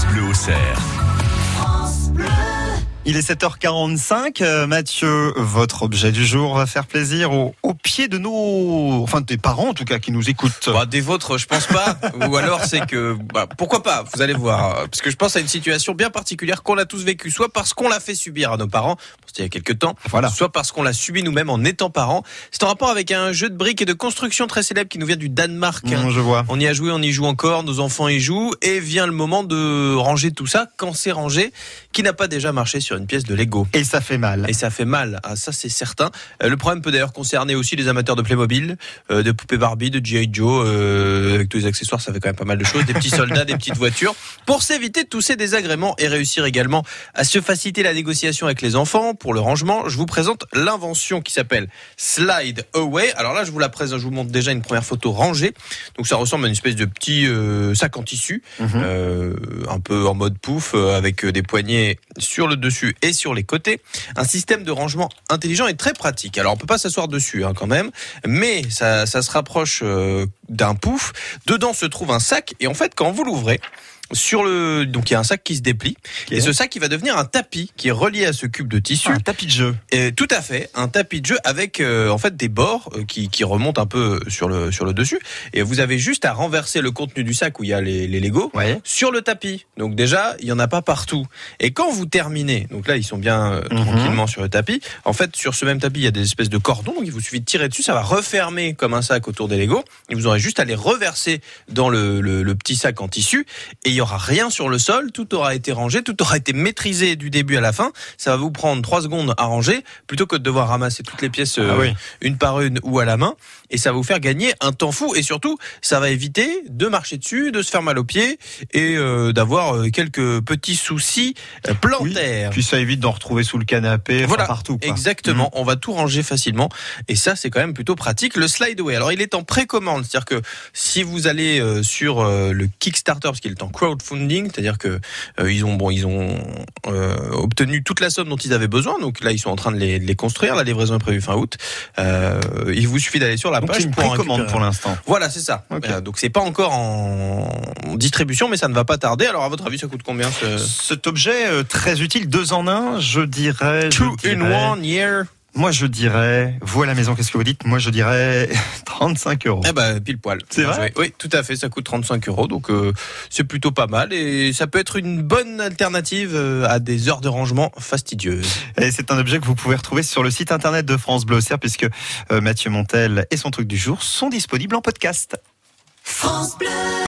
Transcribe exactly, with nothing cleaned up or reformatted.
Bleu Auxerre. Il est sept heures quarante-cinq. Euh, Mathieu, votre objet du jour va faire plaisir au, au pied de nos... Enfin, des parents, en tout cas, qui nous écoutent. Bah, des vôtres, je pense pas. Ou alors, c'est que... Bah, pourquoi pas ? Vous allez voir. Parce que je pense à une situation bien particulière qu'on a tous vécue. Soit parce qu'on l'a fait subir à nos parents, c'était il y a quelques temps. Voilà. Soit parce qu'on l'a subi nous-mêmes en étant parents. C'est en rapport avec un jeu de briques et de construction très célèbre qui nous vient du Danemark. Mmh, je vois. On y a joué, on y joue encore. Nos enfants y jouent. Et vient le moment de ranger tout ça. Quand c'est rangé, qui n'a pas déjà marché sur une pièce de Lego. Et ça fait mal. Et ça fait mal, ah, ça c'est certain. Euh, le problème peut d'ailleurs concerner aussi les amateurs de Playmobil, euh, de poupées Barbie, de G I. Joe, euh, avec tous les accessoires, ça fait quand même pas mal de choses, des petits soldats, des petites voitures, pour s'éviter tous ces désagréments et réussir également à se faciliter la négociation avec les enfants pour le rangement. Je vous présente l'invention qui s'appelle Slide Away. Alors là, je vous la présente, je vous montre déjà une première photo rangée. Donc ça ressemble à une espèce de petit euh, sac en tissu, mmh. euh, un peu en mode pouf, euh, avec des poignées sur le dessus et sur les côtés. Un système de rangement intelligent et très pratique. Alors on peut pas s'asseoir dessus hein, quand même, mais ça, ça se rapproche euh, d'un pouf. Dedans se trouve un sac et en fait quand vous l'ouvrez, sur le donc il y a un sac qui se déplie okay. Et ce sac il va devenir un tapis qui est relié à ce cube de tissu. Un tapis de jeu. Et tout à fait, un tapis de jeu avec euh, en fait des bords euh, qui qui remontent un peu sur le sur le dessus et vous avez juste à renverser le contenu du sac où il y a les les Lego ouais. sur le tapis. Donc déjà, il y en a pas partout. Et quand vous terminez, donc là ils sont bien euh, mm-hmm. tranquillement sur le tapis. En fait, sur ce même tapis, il y a des espèces de cordons, donc il vous suffit de tirer dessus, ça va refermer comme un sac autour des Lego et vous aurez juste à les reverser dans le le, le petit sac en tissu et il y aura rien sur le sol, tout aura été rangé, tout aura été maîtrisé du début à la fin. Ça va vous prendre trois secondes à ranger plutôt que de devoir ramasser toutes les pièces euh, ah oui. une par une ou à la main. Et ça va vous faire gagner un temps fou. Et surtout, ça va éviter de marcher dessus, de se faire mal aux pieds et euh, d'avoir euh, quelques petits soucis euh, plantaires. Oui, puis ça évite d'en retrouver sous le canapé, voilà, partout. Quoi. Exactement. Mmh. On va tout ranger facilement. Et ça, c'est quand même plutôt pratique. Le Slide Away. Alors, il est en précommande. C'est-à-dire que si vous allez euh, sur euh, le Kickstarter, parce qu'il est en crowdfunding, c'est-à-dire que euh, ils ont bon, ils ont euh, obtenu toute la somme dont ils avaient besoin. Donc là, ils sont en train de les, de les construire. La livraison est prévue fin août. Euh, il vous suffit d'aller sur la donc page c'est une pour précommande pour l'instant. Voilà, c'est ça. Okay. Euh, donc c'est pas encore en distribution, mais ça ne va pas tarder. Alors à votre avis, ça coûte combien ce... Cet objet euh, très utile, deux en un, je dirais. Two je dirais... in one year. Moi, je dirais, vous à la maison, qu'est-ce que vous dites ? Moi, je dirais trente-cinq euros. Eh ben, pile poil. C'est vrai ? Oui, tout à fait. Ça coûte trente-cinq euros. Donc, euh, c'est plutôt pas mal. Et ça peut être une bonne alternative euh, à des heures de rangement fastidieuses. Et c'est un objet que vous pouvez retrouver sur le site internet de France Bleu Auxerre, puisque euh, Mathieu Montel et son truc du jour sont disponibles en podcast. France Bleu.